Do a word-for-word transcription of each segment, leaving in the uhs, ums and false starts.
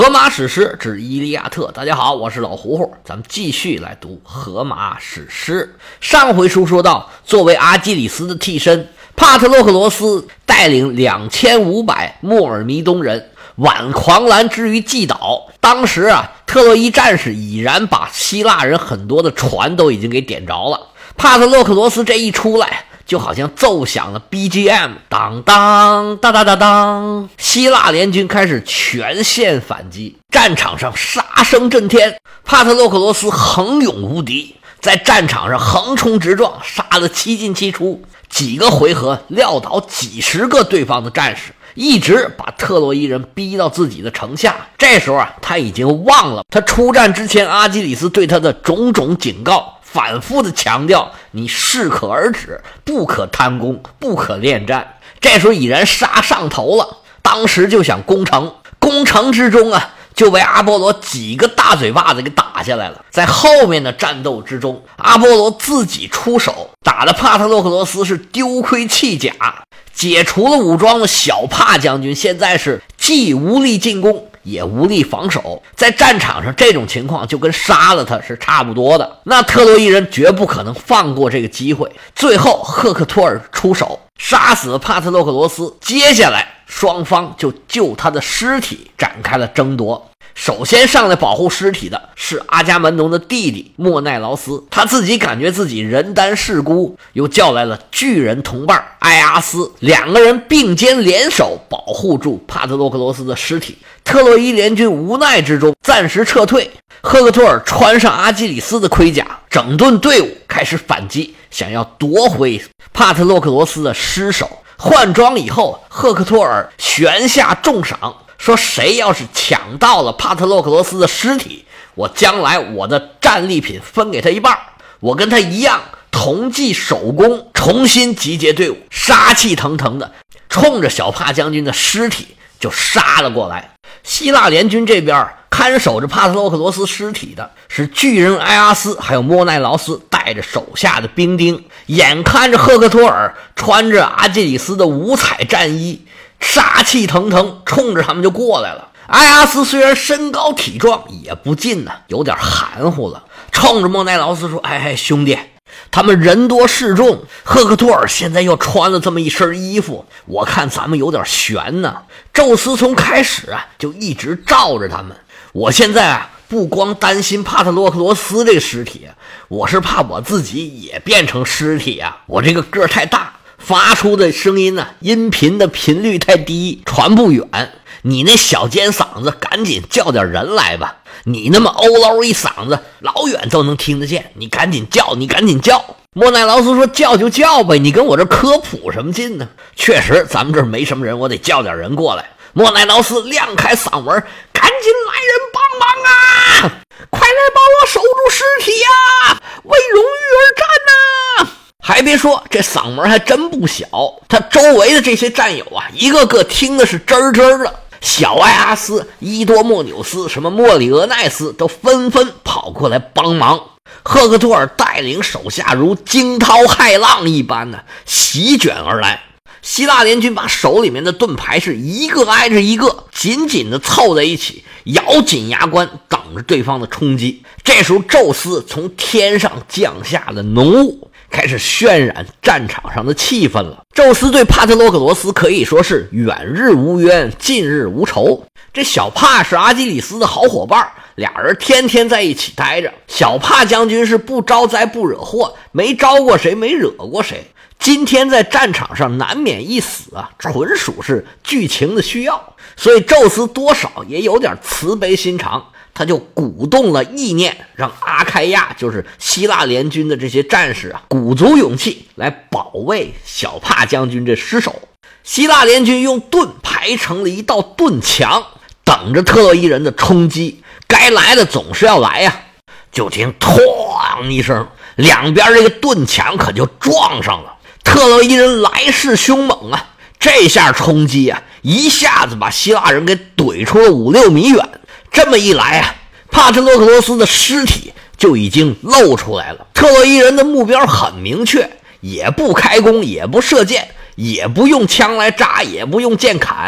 荷马史诗之伊利亚特，大家好，我是老胡胡，咱们继续来读荷马史诗。上回书说到，作为阿基里斯的替身，帕特洛克罗斯带领两千五百莫尔弥东人挽狂澜之于既倒。当时啊，特洛伊战士已然把希腊人很多的船都已经给点着了。帕特洛克罗斯这一出来，就好像奏响了 B G M， 当当当当当当，希腊联军开始全线反击，战场上杀声震天，帕特洛克罗斯横勇无敌，在战场上横冲直撞，杀得七进七出，几个回合撂倒几十个对方的战士，一直把特洛伊人逼到自己的城下。这时候啊，他已经忘了他出战之前阿基里斯对他的种种警告，反复的强调你适可而止，不可贪功，不可恋战。这时候已然杀上头了，当时就想攻城，攻城之中啊，就被阿波罗几个大嘴巴子给打下来了。在后面的战斗之中，阿波罗自己出手，打的帕特洛克罗斯是丢盔弃甲，解除了武装的小帕将军现在是既无力进攻也无力防守，在战场上这种情况就跟杀了他是差不多的。那特洛伊人绝不可能放过这个机会，最后赫克托尔出手杀死了帕特洛克罗斯，接下来双方就就他的尸体展开了争夺。首先上来保护尸体的是阿伽门农的弟弟莫奈劳斯，他自己感觉自己人单势孤，又叫来了巨人同伴埃阿斯，两个人并肩联手保护住帕特洛克罗斯的尸体。特洛伊联军无奈之中暂时撤退，赫克托尔穿上阿基里斯的盔甲，整顿队伍开始反击，想要夺回帕特洛克罗斯的尸首。换装以后，赫克托尔悬下重赏，说谁要是抢到了帕特洛克罗斯的尸体，我将来我的战利品分给他一半，我跟他一样同济守功，重新集结队伍，杀气腾腾的冲着小帕将军的尸体就杀了过来。希腊联军这边看守着帕特洛克罗斯尸体的是巨人埃阿斯还有莫奈劳斯带着手下的兵丁，眼看着赫克托尔穿着阿基里斯的五彩战衣，杀气腾腾冲着他们就过来了。埃阿斯虽然身高体壮，也不近呢，有点含糊了，冲着莫奈劳斯说：哎哎兄弟，他们人多势众，赫克托尔现在又穿了这么一身衣服，我看咱们有点悬呢。宙斯从开始啊就一直罩着他们，我现在啊不光担心帕特洛克罗斯这个尸体，我是怕我自己也变成尸体啊。我这个个儿太大，发出的声音呢、啊、音频的频率太低，传不远。你那小尖嗓子赶紧叫点人来吧，你那么欧喽一嗓子老远都能听得见，你赶紧叫，你赶紧叫。莫奈劳斯说：叫就叫呗，你跟我这科普什么劲呢？确实咱们这儿没什么人，我得叫点人过来。莫奈劳斯亮开嗓门，赶紧来人帮忙啊，快来帮我守住尸体呀、啊、为荣誉而战啊。还别说，这嗓门还真不小，他周围的这些战友啊，一个个听的是真真的。小埃阿斯、伊多莫纽斯、什么莫里俄奈斯都纷纷跑过来帮忙。赫克托尔带领手下如惊涛骇浪一般的席卷而来，希腊联军把手里面的盾牌是一个挨着一个紧紧的凑在一起，咬紧牙关等着对方的冲击。这时候宙斯从天上降下了浓雾，开始渲染战场上的气氛了。宙斯对帕特洛克罗斯可以说是远日无冤，近日无仇。这小帕是阿基里斯的好伙伴，俩人天天在一起待着。小帕将军是不招灾不惹祸，没招过谁，没惹过谁。今天在战场上难免一死啊，纯属是剧情的需要，所以宙斯多少也有点慈悲心肠，他就鼓动了意念，让阿开亚就是希腊联军的这些战士啊，鼓足勇气来保卫小帕将军这尸首。希腊联军用盾排成了一道盾墙，等着特洛伊人的冲击，该来的总是要来呀、啊。就听哐一声，两边这个盾墙可就撞上了。特洛伊人来势凶猛啊，这下冲击啊，一下子把希腊人给怼出了五六米远。这么一来啊，帕特洛克罗斯的尸体就已经露出来了。特洛伊人的目标很明确，也不开弓，也不射箭，也不用枪来扎，也不用剑砍，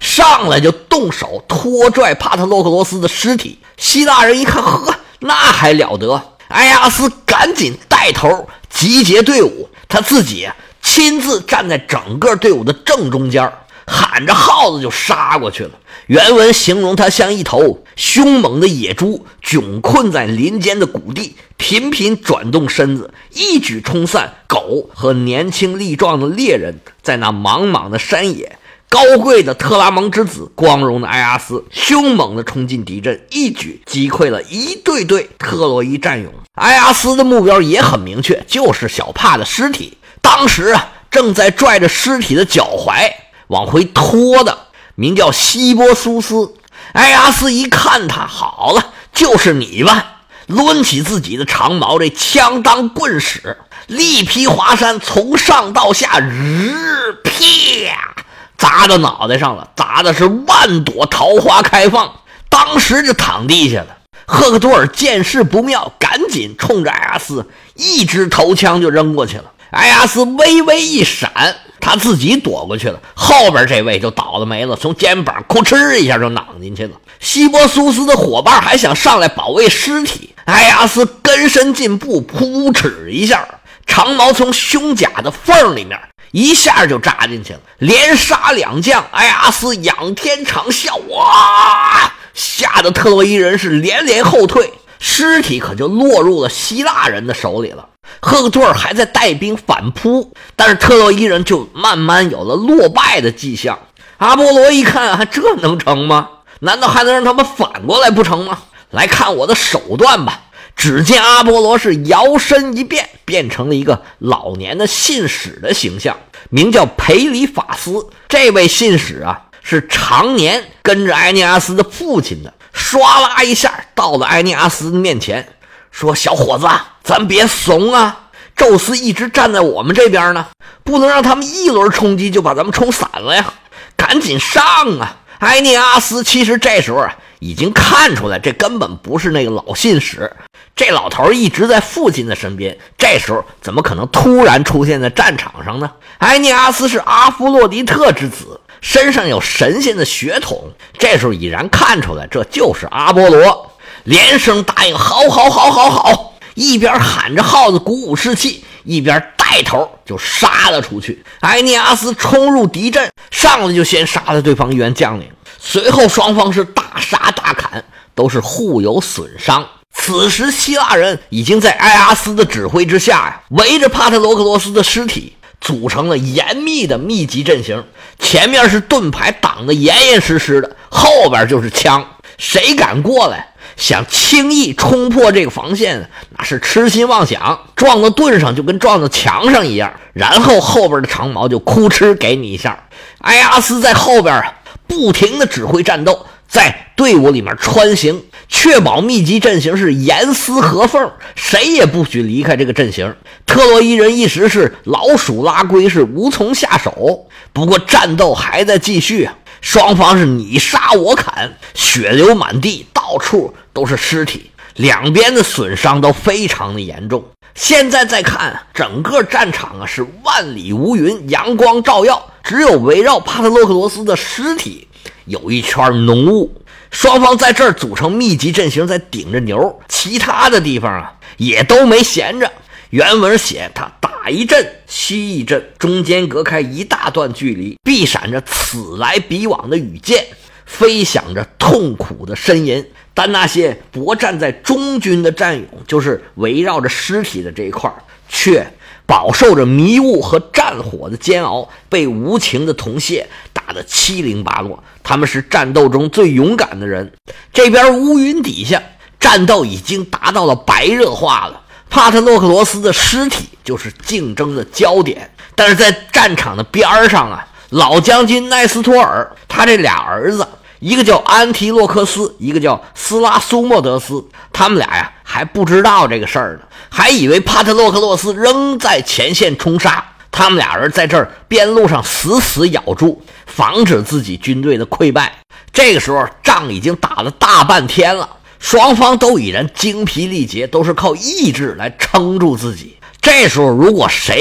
上来就动手拖拽帕特洛克罗斯的尸体。希腊人一看，呵，那还了得！埃阿斯赶紧带头集结队伍，他自己亲自站在整个队伍的正中间，喊着号子就杀过去了。原文形容他像一头凶猛的野猪，窘困在林间的谷地，频频转动身子，一举冲散狗和年轻力壮的猎人。在那茫茫的山野，高贵的特拉蒙之子，光荣的埃阿斯凶猛地冲进敌阵，一举击溃了一队队特洛伊战勇。埃阿斯的目标也很明确，就是小帕的尸体。当时啊，正在拽着尸体的脚踝往回拖的名叫希波苏斯。埃阿斯一看他，好了，就是你吧，抡起自己的长矛，这枪当棍使，力劈华山，从上到下日啪砸到脑袋上了，砸的是万朵桃花开放，当时就躺地下了。赫克多尔见势不妙，赶紧冲着埃阿斯一支头枪就扔过去了。埃阿斯微微一闪，他自己躲过去了，后边这位就倒了霉了，从肩膀哭哧一下就攮进去了。希波苏斯的伙伴还想上来保卫尸体，埃阿斯跟身进步，扑哧一下，长矛从胸甲的缝里面一下就扎进去了，连杀两将。埃阿斯仰天长啸，哇，吓得特洛伊人是连连后退，尸体可就落入了希腊人的手里了。赫克托尔还在带兵反扑，但是特洛伊人就慢慢有了落败的迹象。阿波罗一看，这能成吗？难道还能让他们反过来不成吗？来看我的手段吧。只见阿波罗是摇身一变，变成了一个老年的信使的形象，名叫培里法斯。这位信使啊，是常年跟着埃涅阿斯的父亲的。唰啦一下到了埃涅阿斯面前，说：小伙子，咱别怂啊，宙斯一直站在我们这边呢，不能让他们一轮冲击就把咱们冲散了呀，赶紧上啊！埃涅阿斯其实这时候啊已经看出来，这根本不是那个老信使，这老头一直在父亲的身边，这时候怎么可能突然出现在战场上呢？埃涅阿斯是阿弗洛狄特之子，身上有神仙的血统，这时候已然看出来这就是阿波罗，连声答应，好好好好好，一边喊着号子鼓舞士气，一边带头就杀了出去。埃涅阿斯冲入敌阵，上来就先杀了对方一员将领，随后双方是大杀大砍，都是互有损伤。此时希腊人已经在埃阿斯的指挥之下呀，围着帕特罗克罗斯的尸体组成了严密的密集阵型，前面是盾牌挡得严严实实的，后边就是枪，谁敢过来想轻易冲破这个防线，那是痴心妄想，撞到盾上就跟撞到墙上一样，然后后边的长矛就哭哧给你一下。埃阿斯在后边啊不停的指挥战斗，在队伍里面穿行，确保密集阵型是严丝合缝，谁也不许离开这个阵型。特洛伊人一时是老鼠拉龟，是无从下手。不过战斗还在继续啊，双方是你杀我砍，血流满地，到处都是尸体，两边的损伤都非常的严重。现在再看整个战场啊，是万里无云，阳光照耀，只有围绕帕特洛克罗斯的尸体有一圈浓雾。双方在这儿组成密集阵型，在顶着牛，其他的地方啊也都没闲着。原文写他打一阵吸一阵，中间隔开一大段距离，避闪着此来彼往的羽箭，飞翔着痛苦的呻吟。但那些搏战在中军的战勇，就是围绕着尸体的这一块，却饱受着迷雾和战火的煎熬，被无情的铜屑打得七零八落。他们是战斗中最勇敢的人。这边乌云底下，战斗已经达到了白热化了，帕特洛克罗斯的尸体就是竞争的焦点。但是在战场的边上啊，老将军奈斯托尔他这俩儿子，一个叫安提洛克斯，一个叫斯拉苏莫德斯，他们俩呀还不知道这个事儿呢，还以为帕特洛克洛斯仍在前线冲杀，他们俩人在这儿边路上死死咬住，防止自己军队的溃败。这个时候仗已经打了大半天了，双方都已然精疲力竭，都是靠意志来撑住自己。这时候如果谁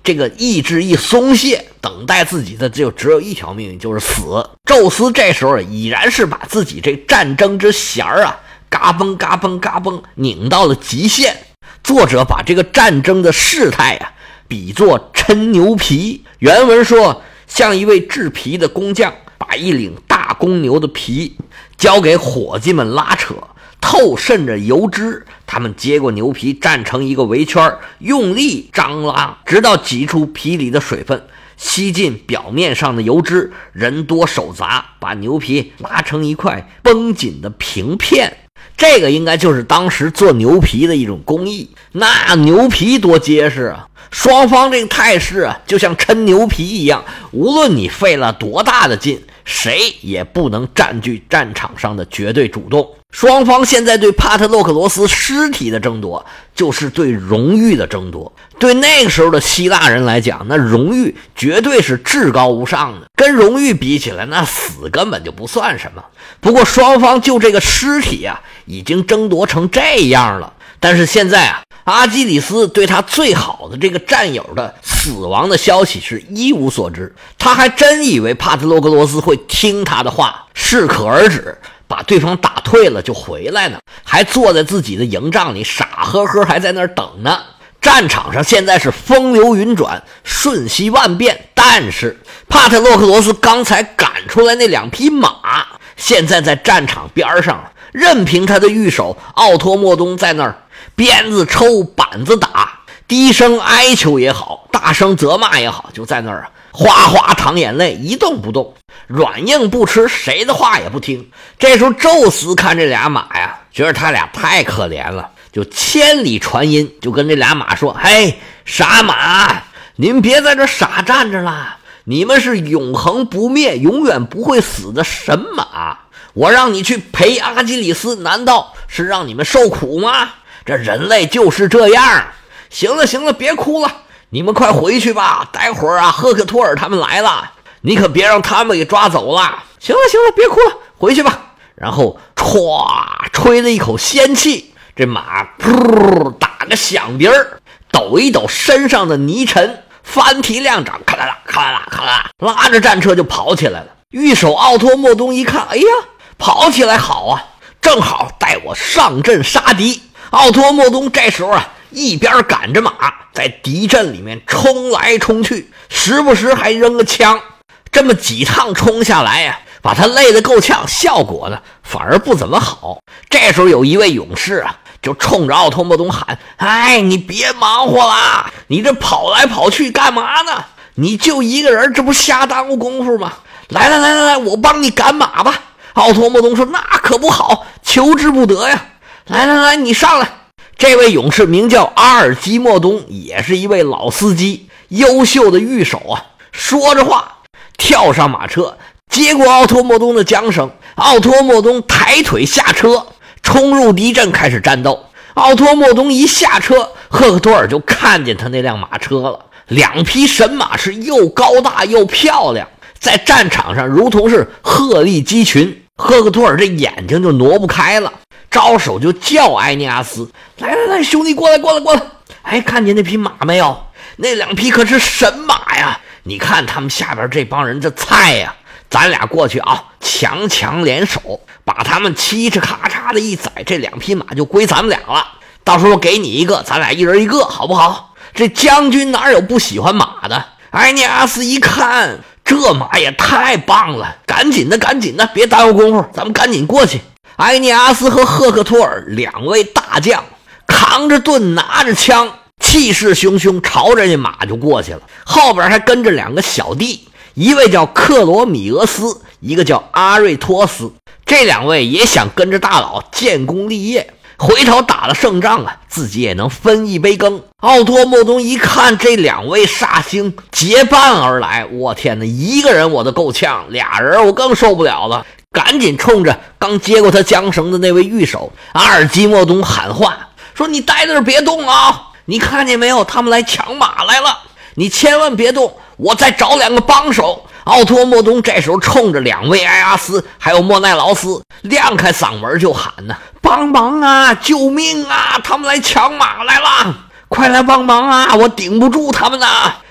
这个意志一松懈，等待自己的就只有一条命运，就是死。宙斯这时候已然是把自己这战争之弦儿啊，嘎嘣嘎嘣嘎嘣拧到了极限。作者把这个战争的事态啊，比作抻牛皮。原文说，像一位制皮的工匠，把一领大公牛的皮交给伙计们拉扯，透渗着油脂，他们接过牛皮，站成一个围圈，用力张拉，直到挤出皮里的水分，吸进表面上的油脂，人多手杂，把牛皮拉成一块绷紧的平片。这个应该就是当时做牛皮的一种工艺。那牛皮多结实啊！双方这个态势啊，就像抻牛皮一样，无论你费了多大的劲，谁也不能占据战场上的绝对主动。双方现在对帕特洛克罗斯尸体的争夺，就是对荣誉的争夺。对那个时候的希腊人来讲，那荣誉绝对是至高无上的，跟荣誉比起来，那死根本就不算什么。不过双方就这个尸体啊，已经争夺成这样了。但是现在啊，阿基里斯对他最好的这个战友的死亡的消息是一无所知，他还真以为帕特洛克罗斯会听他的话，适可而止，把对方打退了就回来呢，还坐在自己的营帐里傻呵呵还在那儿等呢。战场上现在是风流云转，瞬息万变，但是帕特洛克罗斯刚才赶出来那两匹马，现在在战场边上，任凭他的御手奥托莫东在那儿鞭子抽，板子打，低声哀求也好，大声责骂也好，就在那儿啊哗哗淌眼泪，一动不动，软硬不吃，谁的话也不听。这时候宙斯看这俩马呀，觉得他俩太可怜了，就千里传音，就跟这俩马说：嘿，傻马，您别在这傻站着了，你们是永恒不灭，永远不会死的神马，我让你去陪阿基里斯，难道是让你们受苦吗？这人类就是这样。行了行了，别哭了，你们快回去吧，待会儿啊赫克托尔他们来了，你可别让他们给抓走了。行了行了，别哭了，回去吧。然后歘吹了一口仙气，这马噗打个响鼻儿，抖一抖身上的泥尘，翻蹄亮掌，咔啦啦咔啦啦咔啦啦，拉着战车就跑起来了。御手奥托莫东一看，哎呀，跑起来好啊，正好带我上阵杀敌。奥托莫东这时候啊，一边赶着马在敌阵里面冲来冲去，时不时还扔个枪，这么几趟冲下来呀、啊，把他累得够呛，效果呢反而不怎么好。这时候有一位勇士啊，就冲着奥托莫东喊：哎，你别忙活啦，你这跑来跑去干嘛呢？你就一个人，这不瞎耽误功夫吗？来来来来来，我帮你赶马吧。奥托莫东说：那可不好，求之不得呀。来来来，你上来。这位勇士名叫阿尔基莫东，也是一位老司机，优秀的御手啊。说着话，跳上马车，接过奥托莫东的缰绳。奥托莫东抬腿下车，冲入敌阵开始战斗。奥托莫东一下车，赫克托尔就看见他那辆马车了。两匹神马是又高大又漂亮，在战场上如同是鹤立鸡群。赫克托尔这眼睛就挪不开了，招手就叫埃涅阿斯：来来来，兄弟，过来过来过来。哎，看见那匹马没有？那两匹可是神马呀！你看他们下边这帮人这菜呀，咱俩过去啊，强强联手，把他们嘁哧咔嚓的一宰，这两匹马就归咱们俩了。到时候给你一个，咱俩一人一个，好不好？这将军哪有不喜欢马的？埃涅阿斯一看，这马也太棒了，赶紧的赶紧的，别耽误功夫，咱们赶紧过去。埃涅阿斯和赫克托尔两位大将扛着盾拿着枪，气势汹汹朝着这马就过去了，后边还跟着两个小弟，一位叫克罗米俄斯，一个叫阿瑞托斯。这两位也想跟着大佬建功立业，回头打了胜仗啊，自己也能分一杯羹。奥托莫东一看这两位煞星结伴而来，我天哪，一个人我都够呛，俩人我更受不了了，赶紧冲着刚接过他缰绳的那位御手阿尔基莫东喊话，说：你待在这别动啊，你看见没有，他们来抢马来了，你千万别动，我再找两个帮手。奥托莫东这时候冲着两位埃阿斯还有莫奈劳斯亮开嗓门就喊呢：帮忙啊，救命啊，他们来抢马来了，快来帮忙啊，我顶不住他们啊。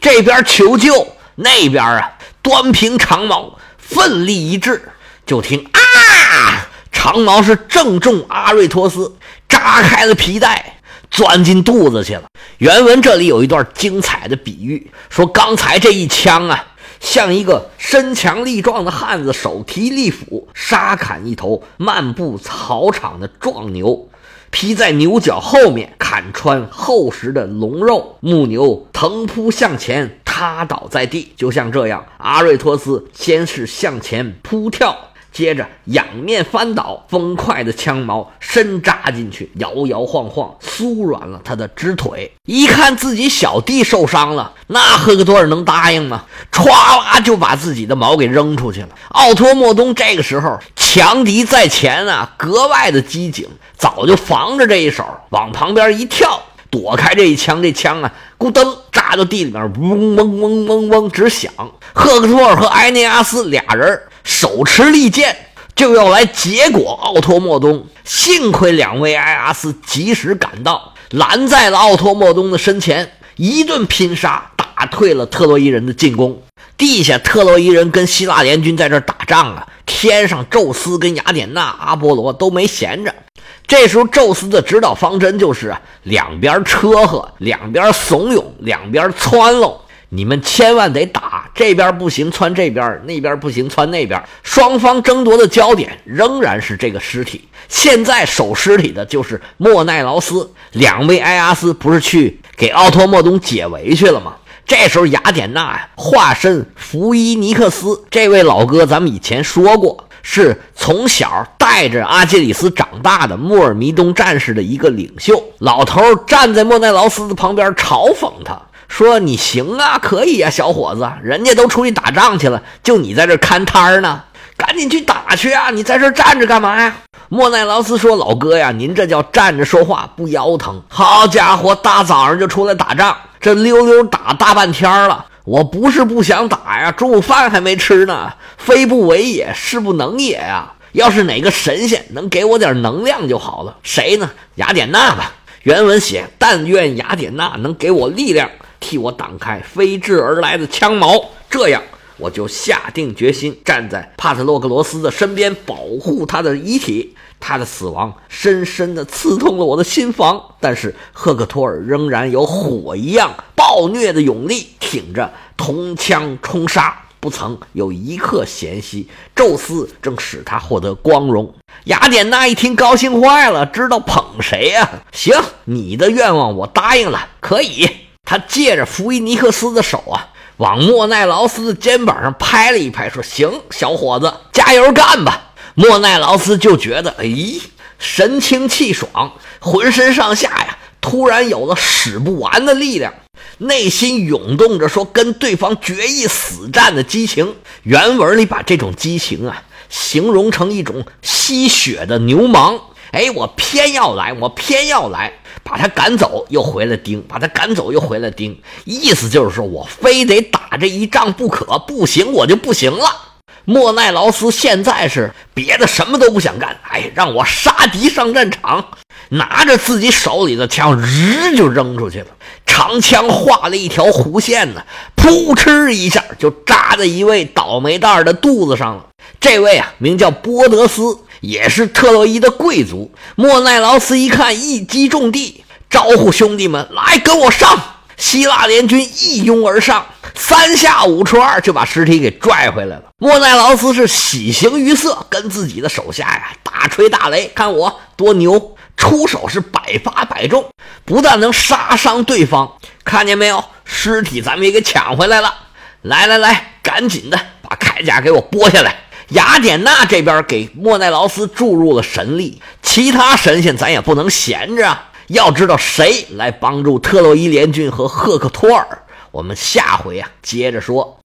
这边求救，那边啊端平长矛，奋力一掷，就听啊，长矛是正中阿瑞托斯，扎开了皮带，钻进肚子去了。原文这里有一段精彩的比喻，说刚才这一枪啊，像一个身强力壮的汉子手提利斧杀砍一头漫步草场的壮牛，劈在牛角后面，砍穿厚实的龙肉，母牛腾扑向前，塌倒在地。就像这样，阿瑞托斯先是向前扑跳，接着仰面翻倒，锋快的枪矛深扎进去，摇摇晃晃，酥软了他的肢腿。一看自己小弟受伤了，那赫克托尔能答应吗？歘啦就把自己的矛给扔出去了。奥托莫东这个时候强敌在前啊，格外的机警，早就防着这一手，往旁边一跳，躲开这一枪。这枪啊咕噔扎到地里面，嗡嗡嗡嗡嗡直响。赫克托尔和埃涅阿斯俩人手持利剑就要来结果奥托莫东，幸亏两位埃阿斯及时赶到，拦在了奥托莫东的身前，一顿拼杀，打退了特洛伊人的进攻。地下特洛伊人跟希腊联军在这打仗啊，天上宙斯跟雅典娜、阿波罗都没闲着。这时候宙斯的指导方针就是啊，两边车和，两边怂恿，两边窜拢，你们千万得打，这边不行窜这边，那边不行窜那边。双方争夺的焦点仍然是这个尸体，现在守尸体的就是莫奈劳斯，两位埃阿斯不是去给奥托莫东解围去了吗？这时候雅典娜呀，化身福伊尼克斯，这位老哥咱们以前说过，是从小带着阿基里斯长大的莫尔弥东战士的一个领袖。老头站在莫奈劳斯的旁边嘲讽他，说你行啊，可以啊，小伙子，人家都出去打仗去了，就你在这看摊呢，赶紧去打去啊，你在这站着干嘛呀？莫奈劳斯说，老哥呀，您这叫站着说话不腰疼。好家伙，大早上就出来打仗，这溜溜打大半天了，我不是不想打呀，中午饭还没吃呢，非不为也，是不能也呀。要是哪个神仙能给我点能量就好了。谁呢？雅典娜吧。原文写，但愿雅典娜能给我力量，替我挡开飞至而来的枪矛，这样我就下定决心站在帕特洛克罗斯的身边，保护他的遗体。他的死亡深深地刺痛了我的心房，但是赫克托尔仍然有火一样暴虐的勇力，挺着铜枪冲杀，不曾有一刻闲息。宙斯正使他获得光荣。雅典娜一听高兴坏了，知道捧谁呀、啊？行，你的愿望我答应了，可以。他借着福伊尼克斯的手啊，往莫奈劳斯的肩膀上拍了一拍，说，行，小伙子，加油干吧。莫奈劳斯就觉得，哎，神清气爽，浑身上下呀突然有了使不完的力量，内心涌动着说跟对方决一死战的激情。原文里把这种激情啊形容成一种吸血的牛虻，哎，我偏要来，我偏要来，把他赶走又回来盯，把他赶走又回来盯，意思就是说我非得打这一仗不可，不行我就不行了。莫奈劳斯现在是别的什么都不想干，哎，让我杀敌上战场，拿着自己手里的枪日就扔出去了，长枪画了一条弧线呢，扑哧一下就扎在一位倒霉蛋的肚子上了。这位啊名叫波德斯，也是特洛伊的贵族。莫奈劳斯一看一击中地，招呼兄弟们来跟我上。希腊联军一拥而上，三下五除二就把尸体给拽回来了。莫奈劳斯是喜形于色，跟自己的手下呀大锤大擂，看我多牛，出手是百发百中，不但能杀伤对方，看见没有，尸体咱们也给抢回来了。来来来，赶紧的把铠甲给我剥下来。雅典娜这边给莫奈劳斯注入了神力，其他神仙咱也不能闲着啊，要知道谁来帮助特洛伊联军和赫克托尔。我们下回啊接着说。